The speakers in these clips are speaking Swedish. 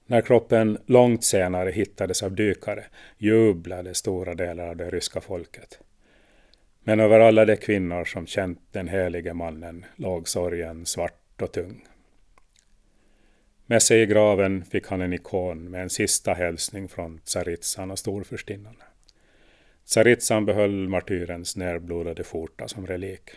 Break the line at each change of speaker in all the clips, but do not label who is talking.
När kroppen långt senare hittades av dykare jublade stora delar av det ryska folket. Men över alla de kvinnor som känt den helige mannen låg sorgen svart och tung. Med sig i graven fick han en ikon med en sista hälsning från tsaritsan och storfurstinnan. Tsaritsan behöll martyrens nerblodade skjorta som relik.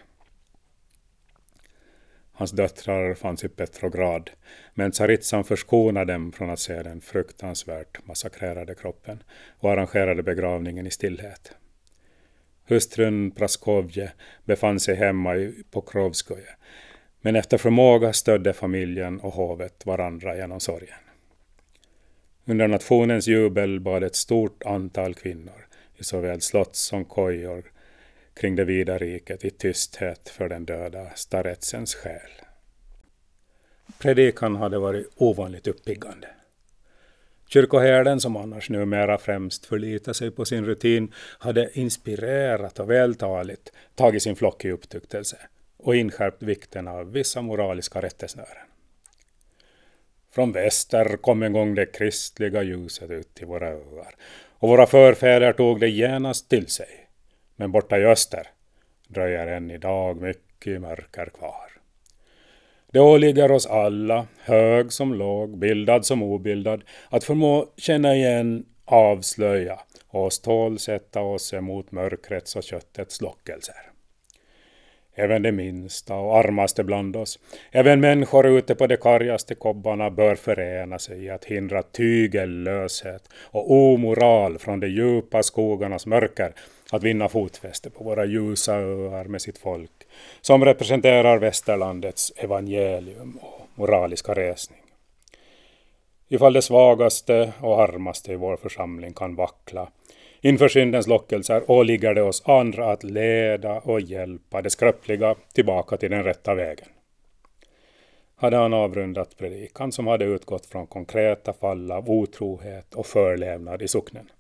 Hans döttrar fanns i Petrograd, men tsaritsan förskonade dem från att se den fruktansvärt massakrerade kroppen och arrangerade begravningen i stillhet. Hustrun Praskovje befann sig hemma i Pokrovskoje, men efter förmåga stödde familjen och hovet varandra genom sorgen. Under nationens jubel bad ett stort antal kvinnor i såväl slott som kojor kring det vida riket i tysthet för den döda staretsens själ. Predikan hade varit ovanligt uppiggande. Kyrkoherden, som annars numera främst förlitar sig på sin rutin, hade inspirerat och vältaligt tagit sin flock i upptuktelse och inskärpt vikten av vissa moraliska rättesnören. Från väster kom en gång det kristliga ljuset ut till våra öar, och våra förfäder tog det genast till sig. Men borta i öster dröjer än idag mycket mörker kvar. Det åligger oss alla, hög som låg, bildad som obildad, att förmå känna igen, avslöja och stålsätta oss emot mörkrets och köttets lockelser. Även det minsta och armaste bland oss, även människor ute på de kargaste kobbarna bör förena sig i att hindra tygellöshet och omoral från de djupa skogarnas mörker att vinna fotfäste på våra ljusa öar med sitt folk, som representerar västerlandets evangelium och moraliska resning. Ifall det svagaste och armaste i vår församling kan vackla inför syndens lockelser, åligger det oss andra att leda och hjälpa det skröpliga tillbaka till den rätta vägen. Hade han avrundat predikan, som hade utgått från konkreta fall av otrohet och förlevnad i socknen.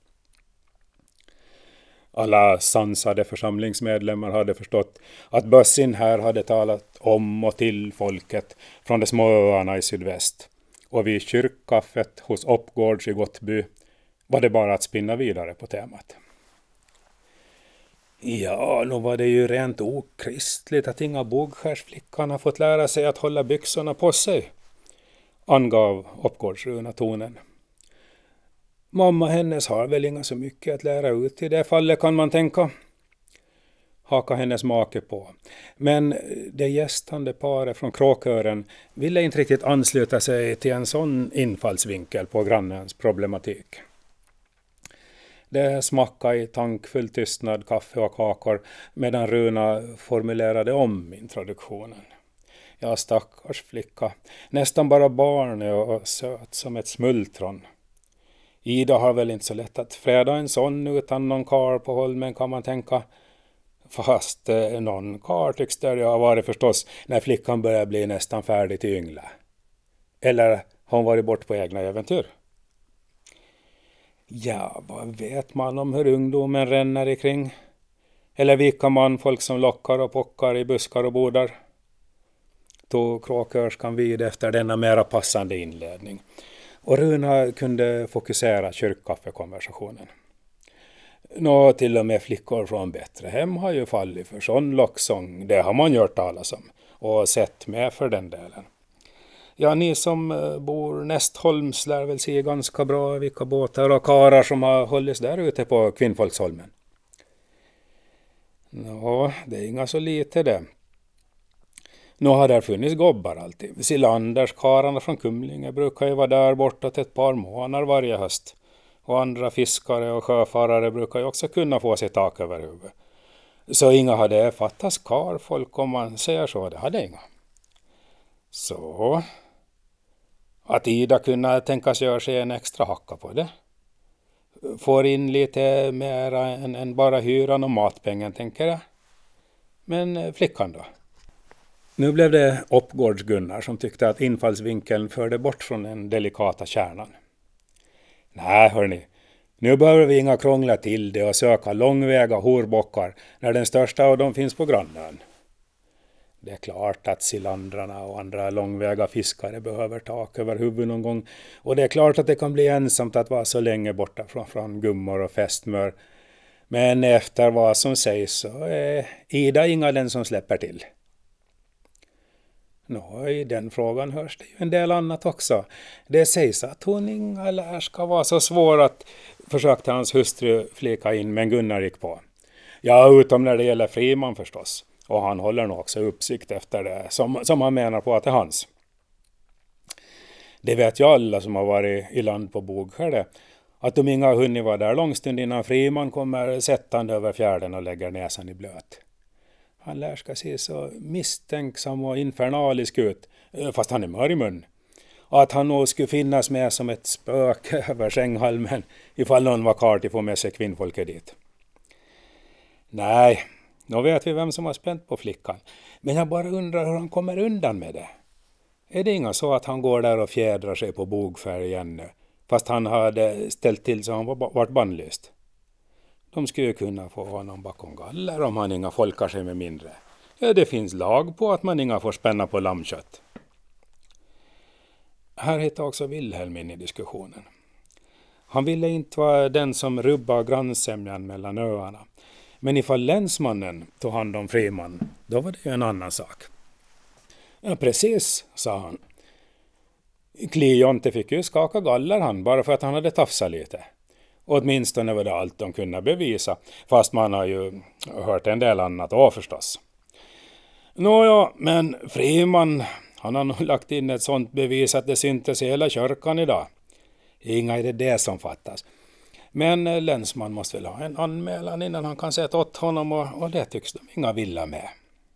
Alla sansade församlingsmedlemmar hade förstått att Bössin här hade talat om och till folket från de små öarna i sydväst, och vid kyrkkaffet hos Uppgårds i Gottby var det bara att spinna vidare på temat. Ja, nu var det ju rent okristligt att inga Bogskärsflickan har fått lära sig att hålla byxorna på sig, angav Uppgårdsruna tonen. Mamma hennes har väl inga så mycket att lära ut i det fallet, kan man tänka. Haka hennes make på. Men det gästande paret från Kråkören ville inte riktigt ansluta sig till en sån infallsvinkel på grannens problematik. Det smackade i tankfull tystnad kaffe och kakor medan Runa formulerade om introduktionen. Ja, stackars flicka, nästan bara barn och söt som ett smultron. Ida har väl inte så lätt att fräda en sån utan någon kar på Holmen, kan man tänka. Fast någon kar tycks det ha varit förstås när flickan börjar bli nästan färdig till yngla. Eller har hon varit bort på egna äventyr? Ja, vad vet man om hur ungdomen ränner ikring? Eller vilka man folk som lockar och pockar i buskar och bodar? Tog Kråkörskan vid efter denna mera passande inledning. Och Runa kunde fokusera kyrkkaffekonversationen. Till och med flickor från bättre hem har ju fallit för sån locksång. Det har man gjort talas om. Och sett med för den delen. Ja, ni som bor Nästholms lär väl se ganska bra vilka båtar och karar som har hållits där ute på Kvinnfolksholmen. Ja, det är inga så lite det. Nu har där funnits gobbar alltid. Silanders kararna från Kumlinge brukar ju vara där bortåt ett par månader varje höst. Och andra fiskare och sjöfarare brukar ju också kunna få sig tak över huvudet. Så inga hade fattats karfolk, om man säger så. Det hade inga. Så att Ida kunde tänkas göra sig en extra hacka på det. Får in lite mera än bara hyran och matpengen, tänker jag. Men flickan då? Nu blev det Uppgårds Gunnar som tyckte att infallsvinkeln förde bort från den delikata kärnan. Nej, hörni. Nu behöver vi inga krångla till det och söka långväga horbockar när den största av dem finns på grannön. Det är klart att silandrarna och andra långväga fiskare behöver tak över huvudet någon gång. Och det är klart att det kan bli ensamt att vara så länge borta från gummor och fästmör. Men efter vad som sägs så är Ida inga den som släpper till. I den frågan hörs det ju en del annat också. Det sägs att hon inga lär ska vara så svår att försökte hans hustru flika in, men Gunnar gick på. Ja, utom när det gäller Friman förstås. Och han håller nog också uppsikt efter det som han menar på att det är hans. Det vet ju alla som har varit i land på Bogskärde, att de inga hunnit vara där långstund innan Friman kommer sättande över fjärden och lägger näsan i blöt. Han lär ska se så misstänksam och infernalisk ut, fast han är mör i mun. Och att han nog skulle finnas med som ett spöke över sänghalmen ifall någon var karl till få med sig kvinnfolket dit. Nej, nu vet vi vem som har spänt på flickan. Men jag bara undrar hur han kommer undan med det. Är det inga så att han går där och fjädrar sig på bogfärg igen, fast han hade ställt till så han varit bannlyst? De skulle kunna få honom bakom galler om han inga folkar sig med mindre. Ja, det finns lag på att man inga får spänna på lammkött. Här hittar också Wilhelm in i diskussionen. Han ville inte vara den som rubbar grannsämjan mellan öarna. Men ifall länsmannen tog hand om Friman, då var det ju en annan sak. Ja, precis, sa han. Klijonte fick ju skaka galler han, bara för att han hade tafsat lite. Och åtminstone var det allt de kunde bevisa, fast man har ju hört en del annat då förstås. Nåja, men Friman, han har nog lagt in ett sånt bevis att det syntes i hela kyrkan idag. Inga är det som fattas. Men länsman måste väl ha en anmälan innan han kan sätta åt honom, och det tycks de inga vilja med.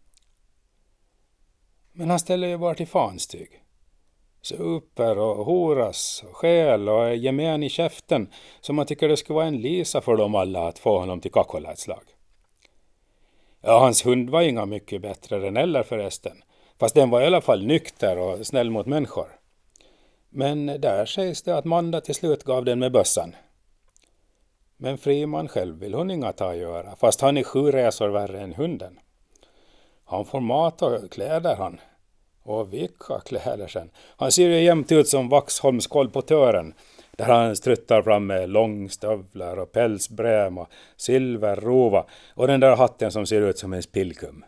Men han ställer ju bara till fanstyg. Super och horas och skäl och är gemen i käften, så man tycker det skulle vara en lisa för dem alla att få honom till kackhålla ett slag. Ja, hans hund var inga mycket bättre än eller förresten, fast den var i alla fall nykter och snäll mot människor. Men där sägs det att Manda till slut gav den med bössan. Men Friman själv vill hon inga ta göra, fast han är 7 resor värre än hunden. Han får mat och kläder han. Och vilka kläder sen. Han ser ju jämt ut som Vaxholms kolportören, där han struttar fram med långstövlar och pälsbräm och silverrova och den där hatten som ser ut som en spillkum.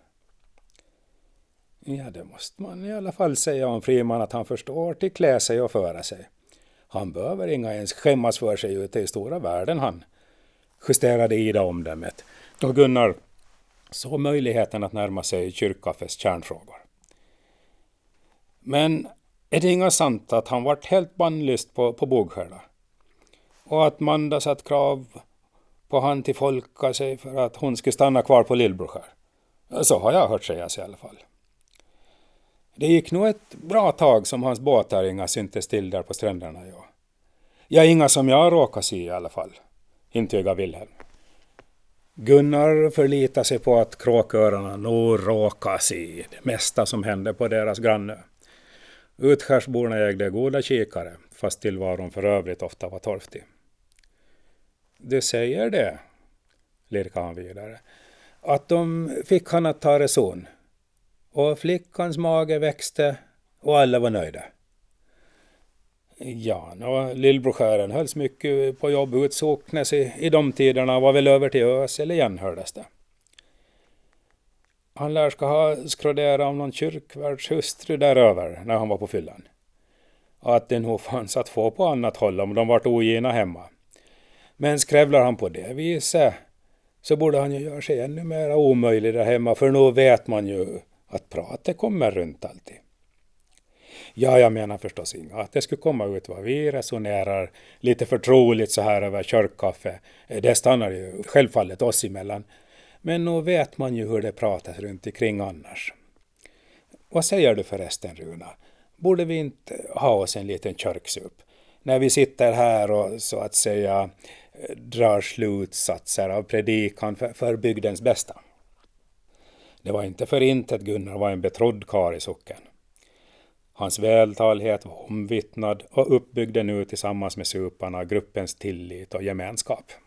Ja, det måste man i alla fall säga om Friman, att han förstår till klä sig och föra sig. Han behöver inga ens skämmas för sig ute i stora världen han. Justerade Ida omdömet. Och Gunnar såg möjligheten att närma sig kyrkkaffes kärnfrågor. Men är det inga sant att han varit helt bannlyst på Bogskärda? Och att Manda satt krav på han till folka sig för att hon skulle stanna kvar på Lillbroskär? Så har jag hört sägas i alla fall. Det gick nog ett bra tag som hans båtar inga syntes till där på stränderna. Ja, inga som jag råkar se i alla fall, intygar Wilhelm. Gunnar förlitar sig på att kråkörarna nog råkar se det mesta som hände på deras grannö. Utskärsborna ägde goda kikare, fast tillvaron för övrigt ofta var torftig. Det säger det, lirkar han vidare, att de fick han att ta reson. Och flickans mage växte och alla var nöjda. Ja, Lillbroskären hölls mycket på jobb utsocknes i de tiderna, var väl över till Ös eller igen hördes det. Han lär ska ha skroderat om någon kyrkvärdshustru däröver när han var på fyllan. Att det nog fanns att få på annat håll om de vart ogina hemma. Men skrävlar han på det viset så borde han ju göra sig ännu mer omöjlig där hemma, för nu vet man ju att pratet kommer runt alltid. Ja, jag menar förstås inga att det skulle komma ut vad vi resonerar lite förtroligt så här över kyrkkaffe. Det stannar ju självfallet oss emellan. Men nu vet man ju hur det pratas runt omkring annars. Vad säger du förresten, Runa? Borde vi inte ha oss en liten kyrksup? När vi sitter här och så att säga drar slutsatser av predikan för bygdens bästa. Det var inte för intet Gunnar var en betrodd karl i socken. Hans vältalighet var omvittnad och uppbyggde nu tillsammans med suparna gruppens tillit och gemenskap.